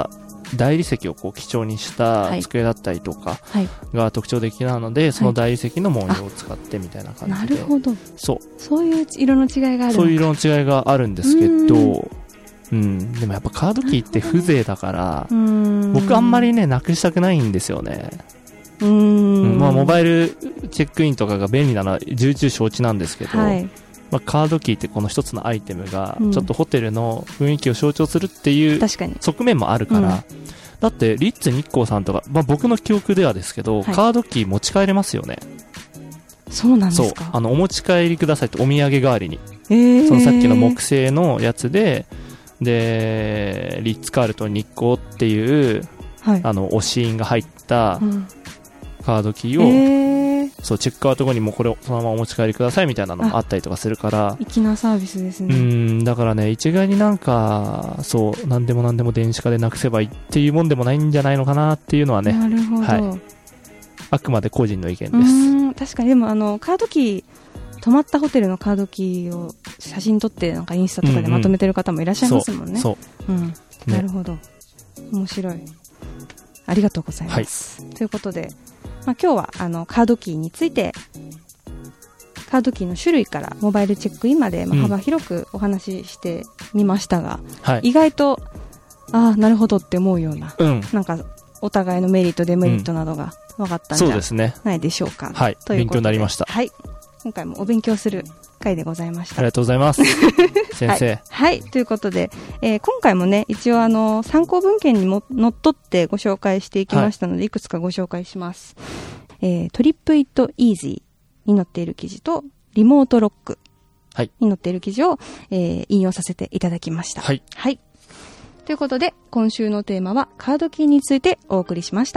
大理石をこう基調にした机だったりとかが特徴的なので、その大理石の文様を使ってみたいな感じで、 なるほど。 そういう色の違いがある。 そういう色の違いがあるんですけど、でもやっぱカードキーって風情だから、僕あんまりね、なくしたくないんですよね。まあモバイルチェックインとかが便利なのは重々承知なんですけど、まあ、カードキーってこの一つのアイテムがちょっとホテルの雰囲気を象徴するっていう側面もあるから、だってリッツ日光さんとか、まあ、僕の記憶ではですけど、カードキー持ち帰れますよね。 そうなんですか。 お持ち帰りくださいってお土産代わりに、そのさっきの木製のやつでリッツカールトン日光っていう、押し印が入ったカードキーを、そうチェックアウト後にもこれをそのままお持ち帰りくださいみたいなのもあったりとかするから、 粋なサービスですね。 だからね、一概になんかそう何でも電子化でなくせばいいっていうもんでもないんじゃないのかなっていうのはね。 なるほど、 あくまで個人の意見です。 確かに。でもカードキー、泊まったホテルのカードキーを写真撮ってなんかインスタとかでまとめてる方もいらっしゃいますもんね。なるほど、面白い。ありがとうございます、ということで、今日はカードキーについて、カードキーの種類からモバイルチェックインまで、幅広くお話ししてみましたが、意外となるほどって思うような、なんかお互いのメリットデメリットなどが分かったんじゃないでしょうか。ということで、 勉強になりました。 今回もお勉強する回でございました。 ありがとうございます先生。 ということで、今回もね、一応参考文献にものっとってご紹介していきましたので、いくつかご紹介します。トリップイットイージーに載っている記事と、リモートロックに載っている記事を、引用させていただきました。ということで、今週のテーマはカードキーについてお送りしました。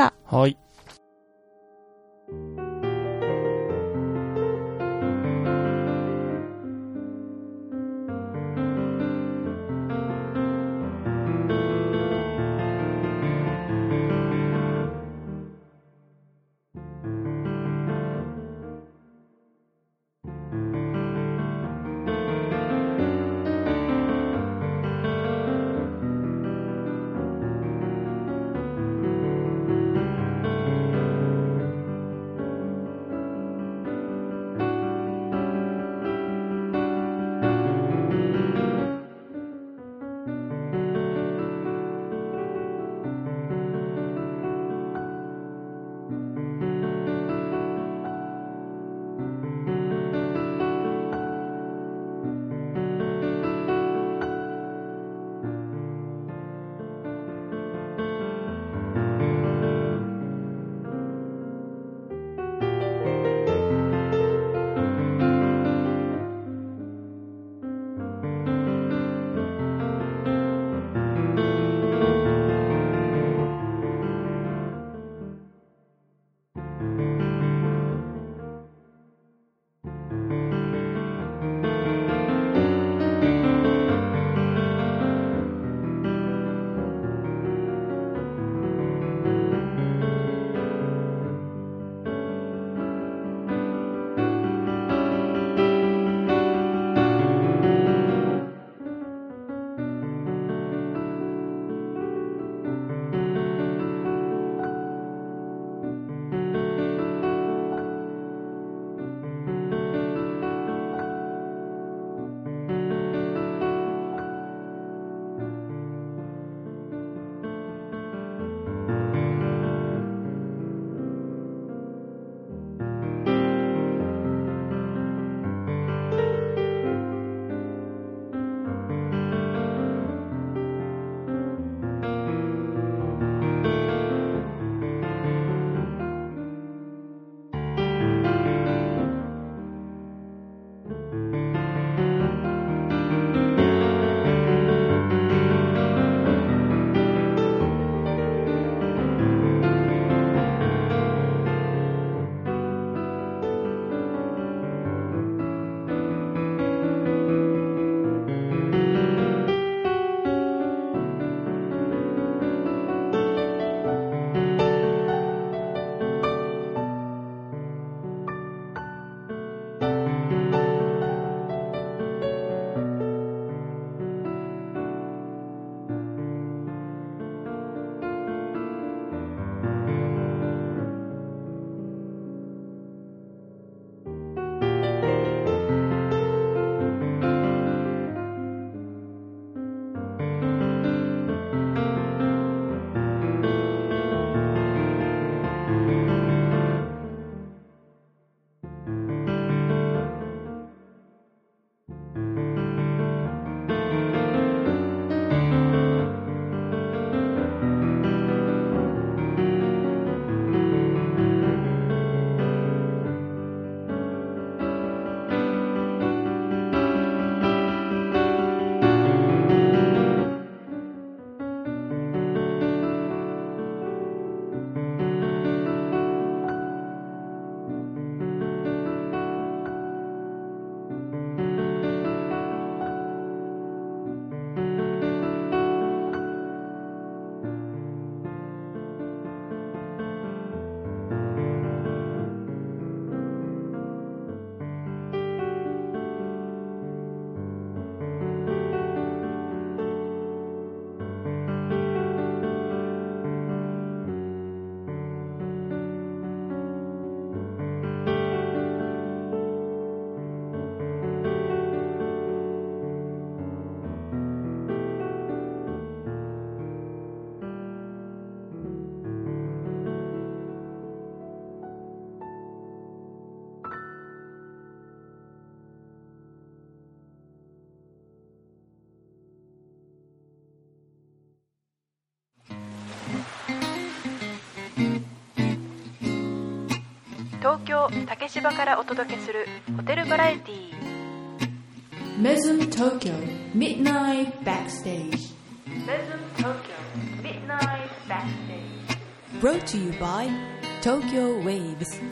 京竹芝からお届けするホテルバラエティー Mesm Tokyo Midnight Backstage Mesm Tokyo Midnight Backstage Brought to you by Tokyo Waves。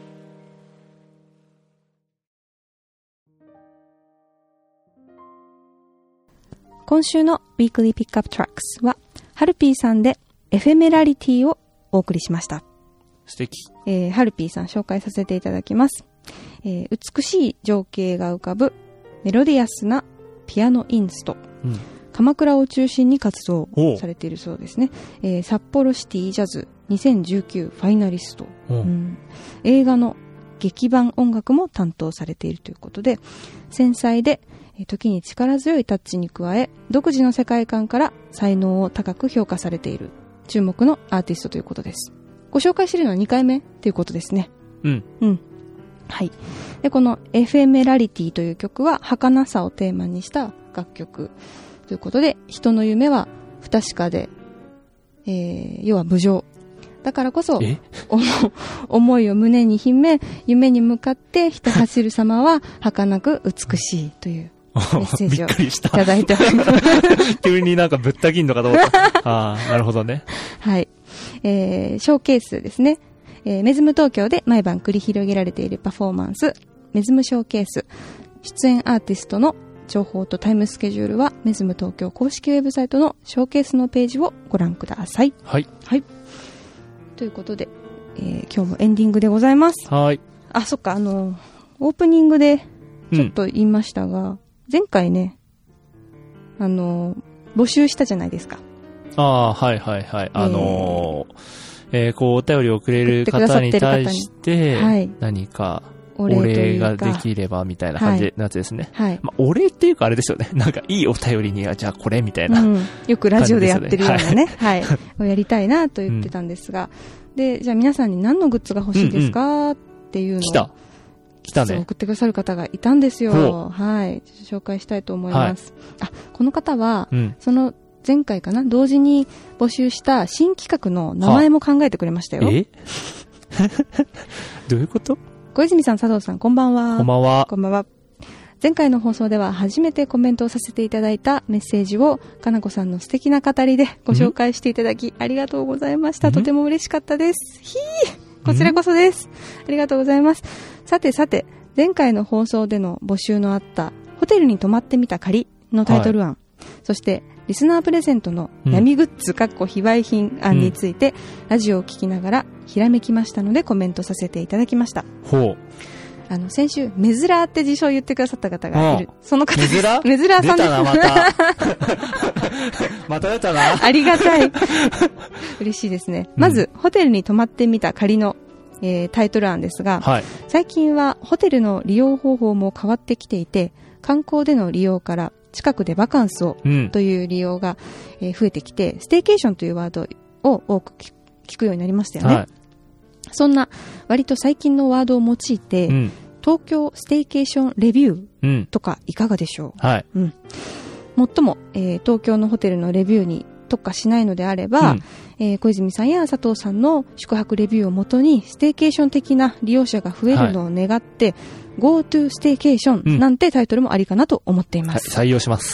今週のウィークリーピックアップトラックスはハルピーさんでエフェメラリティをお送りしました。 素敵。 ハルピーさん紹介させていただきます。美しい情景が浮かぶメロディアスなピアノインスト、鎌倉を中心に活動されているそうですね。札幌シティジャズ2019ファイナリスト、映画の劇版音楽も担当されているということで、繊細で時に力強いタッチに加え独自の世界観から才能を高く評価されている注目のアーティストということです。ご紹介しているのは2回目ということですね。はい。で、このエフェメラリティという曲は儚さをテーマにした楽曲ということで、人の夢は不確かで、要は無常だからこそ思いを胸に秘め夢に向かってひた走る様は儚く美しいというメッセージをいただいております。 急になんかぶった切んのかと思った。なるほどね。 はい。ショーケースですね。メズム東京で毎晩繰り広げられているパフォーマンス、メズムショーケース。出演アーティストの情報とタイムスケジュールはメズム東京公式ウェブサイトのショーケースのページをご覧ください。 はい。 はい。ということで、今日もエンディングでございます。 はい。 そっか、オープニングでちょっと言いましたが、前回ね、募集したじゃないですか。 はいはいはい。こうお便りをくれる方に対して、何かお礼ができればみたいな感じのやつですね。はい。お礼っていうかあれですよね。なんかいいお便りにはじゃあこれみたいな、 よくラジオでやってるようなね。はい。をやりたいなと言ってたんですが、で、じゃあ皆さんに何のグッズが欲しいですかっていうのを。来たね。送ってくださる方がいたんですよ。はい。紹介したいと思います。この方は、その前回かな、同時に募集した新企画の名前も考えてくれましたよ。 どういうこと？ 小泉さん、佐藤さん、こんばんは。 こんばんは。 こんばんは。前回の放送では初めてコメントをさせていただいたメッセージをかなこさんの素敵な語りでご紹介していただきありがとうございました。とても嬉しかったです。こちらこそです。ありがとうございます。さて、前回の放送での募集のあったホテルに泊まってみた仮のタイトル案、そしてリスナープレゼントの闇グッズ非売品案について、ラジオを聞きながらひらめきましたのでコメントさせていただきました。先週メズラーって自称を言ってくださった方がいる。その方です。メズラーさんです。出たな、また。 また出たな。 ありがたい。嬉しいですね。まず、ホテルに泊まってみた仮の、タイトル案ですが、最近はホテルの利用方法も変わってきていて、観光での利用から近くでバカンスをという利用が、増えてきて、ステーケーションというワードを多く聞くようになりましたよね。そんな割と最近のワードを用いて、東京ステーケーションレビューとかいかがでしょう。もっとも、東京のホテルのレビューに特化しないのであれば、小泉さんや佐藤さんの宿泊レビューをもとにステーケーション的な利用者が増えるのを願って、GoTo ステーケーションなんてタイトルもありかなと思っています。 採用します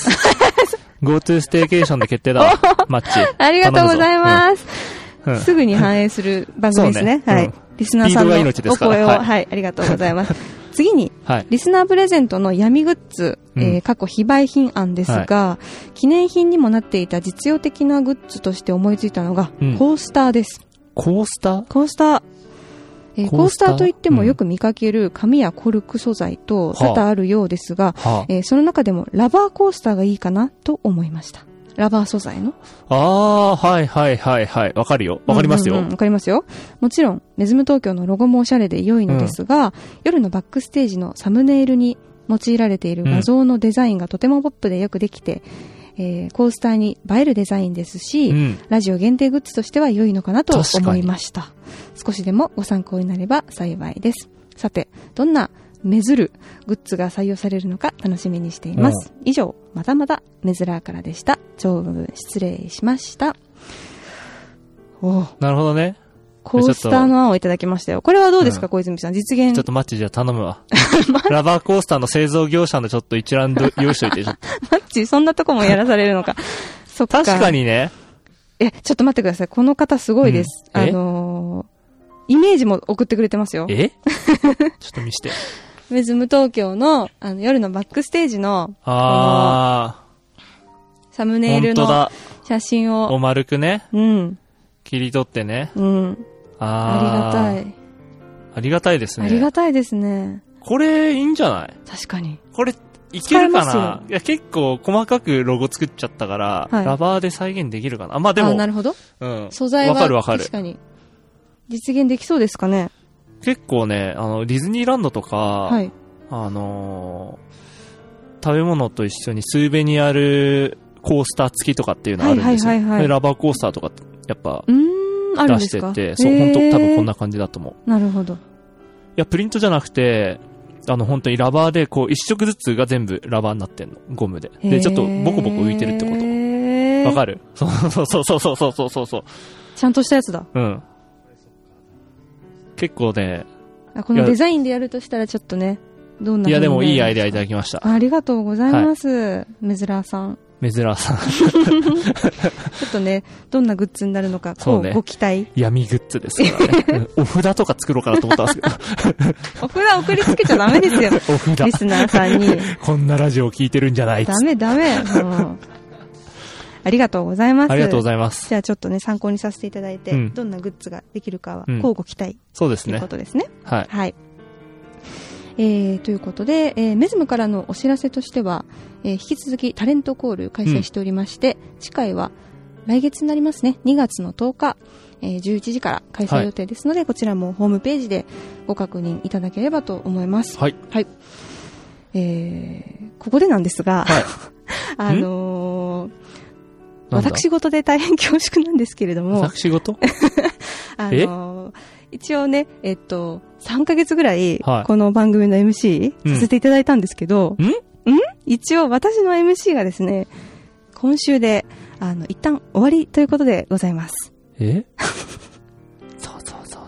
。GoTo ステーケーションで決定だわ。マッチ。 ありがとうございます。すぐに反映する番組ですね。はい。リスナーさんのお声を、はい、ありがとうございます。次に、リスナープレゼントの闇グッズ、非売品案ですが、記念品にもなっていた実用的なグッズとして思いついたのが、コースターです。 コースター？ コースター。コースターといってもよく見かける紙やコルク素材と多々あるようですが、その中でもラバーコースターがいいかなと思いました。ラバー素材の。 はいはいはいはい。わかるよ。わかりますよ。 わかりますよ。もちろん、メズム東京のロゴもおしゃれで良いのですが、夜のバックステージのサムネイルに用いられている画像のデザインがとてもポップでよくできて、コースターに映えるデザインですし、ラジオ限定グッズとしては良いのかなと思いました。少しでもご参考になれば幸いです。さて、どんなメズルグッズが採用されるのか楽しみにしています。以上、まだまだメズラーからでした。長文失礼しました。 なるほどね。 コースターの案をいただきましたよ。これはどうですか、小泉さん。実現。 ちょっとマッチじゃあ頼むわ。ラバーコースターの製造業者のちょっと一覧用意しといて、ちょっと。 マッチ、そんなとこもやらされるのか。そっか。 確かにね。 ちょっと待ってください。この方すごいです。イメージも送ってくれてますよ。 ちょっと見して。 メズム東京の、夜のバックステージの、サムネイルの写真を。 お丸くね。 うん。 切り取ってね。 うん。ありがたい。 ありがたいですね。 ありがたいですね。 これ、いいんじゃない？ 確かに。 これ、いけるかな？いや、結構細かくロゴ作っちゃったから、はい、ラバーで再現できるかな？まあ、でも。 なるほど。 うん。 素材は。 わかるわかる。 確かに。実現できそうですかね？ 結構ね、ディズニーランドとか、はい。食べ物と一緒にスーベニアルコースター付きとかっていうのあるんですよ。はいはいはいはい。で、ラバーコースターとかやっぱ、出してて、そう、本当多分こんな感じだと思う。 なるほど。いや、プリントじゃなくて、本当にラバーで、こう、一色ずつが全部ラバーになってんの。ゴムで。で、ちょっとボコボコ浮いてるってこと。わかる？そう。 ちゃんとしたやつだ。 うん。結構ね。 このデザインでやるとしたらちょっとね、どんな。 いや、でもいいアイデアいただきました。 ありがとうございます。メズラーさん。 メズラーさん。 ちょっとね、どんなグッズになるのか、こうご期待。 闇グッズですからね。お札とか作ろうかなと思ったんですけど。 お札送りつけちゃダメですよ。 お札。 リスナーさんに。 こんなラジオ聞いてるんじゃないっつって。 ダメ。ありがとうございます。 ありがとうございます。 じゃあちょっとね、参考にさせていただいて、どんなグッズができるかは、こうご期待。 そうですね。 ということですね。 はい。 はい。ということで、メズムからのお知らせとしては、引き続きタレントコール開催しておりまして、次回は来月になりますね。2月の10日、11時から開催予定ですので、こちらもホームページでご確認いただければと思います。 はい。 はい。ここでなんですが、 はい、 私事で大変恐縮なんですけれども。 私事一応ね、3ヶ月ぐらい、この番組の MC させていただいたんですけど、一応私の MC がですね、今週で、一旦終わりということでございます。 そう。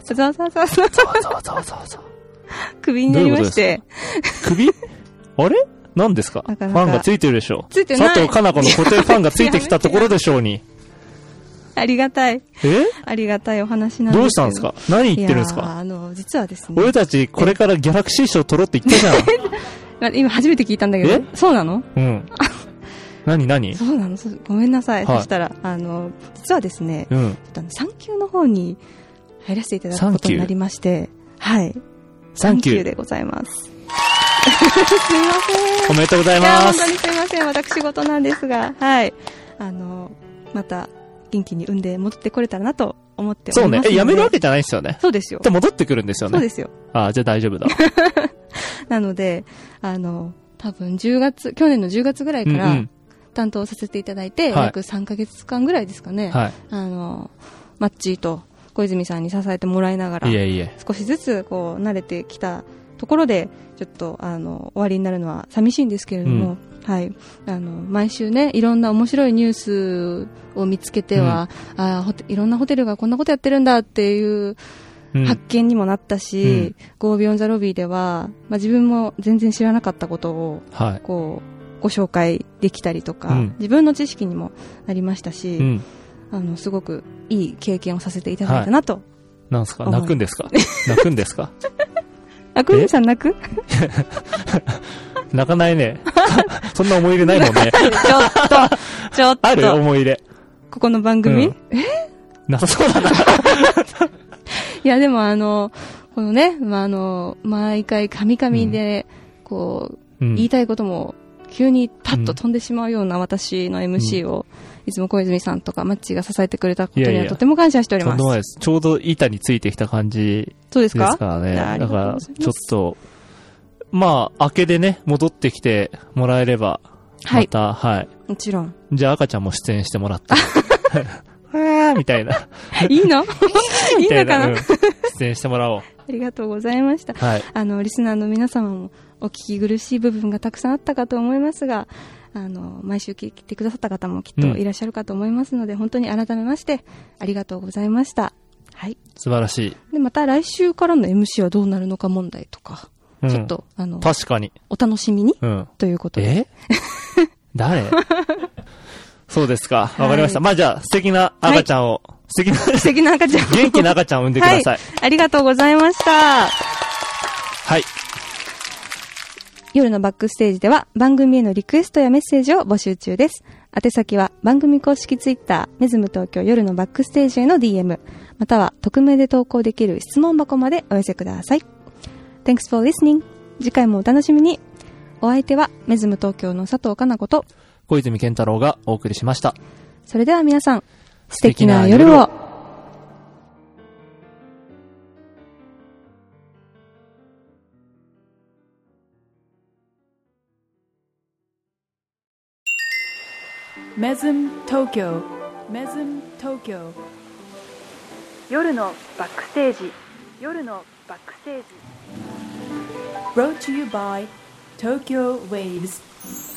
クビになりまして。 クビ？あれ？何ですか？ファンがついてるでしょ。 ついてない。 佐藤かな子の固定ファンがついてきたところでしょうに。 ありがたい。ありがたいお話なんですけど。 どうしたんですか？何言ってるんですか？ 実はですね。 俺たちこれからギャラクシー賞取ろうって言ったじゃん。今初めて聞いたんだけど。そうなの？ うん。何？ そうなの？ごめんなさい。そしたら、実はですね、産休の方に入らせていただくことになりまして、はい。産休でございます。すみません。 おめでとうございます。 いや、本当にすみません。私事なんですが、はい。また、元気に産んで戻ってこれたらなと思っております。 そうね。辞めるわけじゃないですよね。 そうですよ。 で、戻ってくるんですよね。 そうですよ。 ああ、じゃあ大丈夫だ。 なので、多分去年の10月ぐらいから、担当させていただいて、約3ヶ月間ぐらいですかね。はい。マッチーと小泉さんに支えてもらいながら、少しずつこう慣れてきたところで、ちょっと終わりになるのは寂しいんですけれども、はい。毎週ね、いろんな面白いニュースを見つけては、いろんなホテルがこんなことやってるんだっていう発見にもなったし、Go Beyond the Lobby では、自分も全然知らなかったことを、こう、ご紹介できたりとか、自分の知識にもなりましたし、すごくいい経験をさせていただいたなと。 なんすか？泣くんですか？泣くんですか？ 小泉さん泣く？ 泣かないね。そんな思い入れないもんね。 ちょっと。 ある思い入れ。 ここの番組？ なさそうだな。 いや、でもこのね、毎回カミカミで、こう、言いたいことも、急にパッと飛んでしまうような私の MC を、いつも小泉さんとかマッチーが支えてくれたことにはとても感謝しております。 ちょうど板についてきた感じですからね。だから、ちょっと、明けでね、戻ってきてもらえれば、また、はい。 もちろん。 じゃあ赤ちゃんも出演してもらって。みたいな。 いいの？いいのかな？ 出演してもらおう。 ありがとうございました。はい。リスナーの皆様もお聞き苦しい部分がたくさんあったかと思いますが、毎週聞いてくださった方もきっといらっしゃるかと思いますので、本当に改めましてありがとうございました。 はい。 素晴らしい。 で、また来週からの MC はどうなるのか問題とか、ちょっと、 確かに。 お楽しみに、ということで。 誰そうですか。わかりました。まあじゃあ、素敵な赤ちゃんを、素敵な赤ちゃん。元気な赤ちゃんを産んでください。 ありがとうございました。 はい。 夜のバックステージでは番組へのリクエストやメッセージを募集中です。宛先は番組公式ツイッター、メズム東京夜のバックステージへの DM、または匿名で投稿できる質問箱までお寄せください。Thanks for listening. 次回もお楽しみに。お相手はメズム東京の佐藤かな子と小泉健太郎がお送りしました。 それでは皆さん、素敵な夜を。 メズム東京、メズム東京。夜のバックステージ、夜のバックステージ。 Brought to you by Tokyo Waves.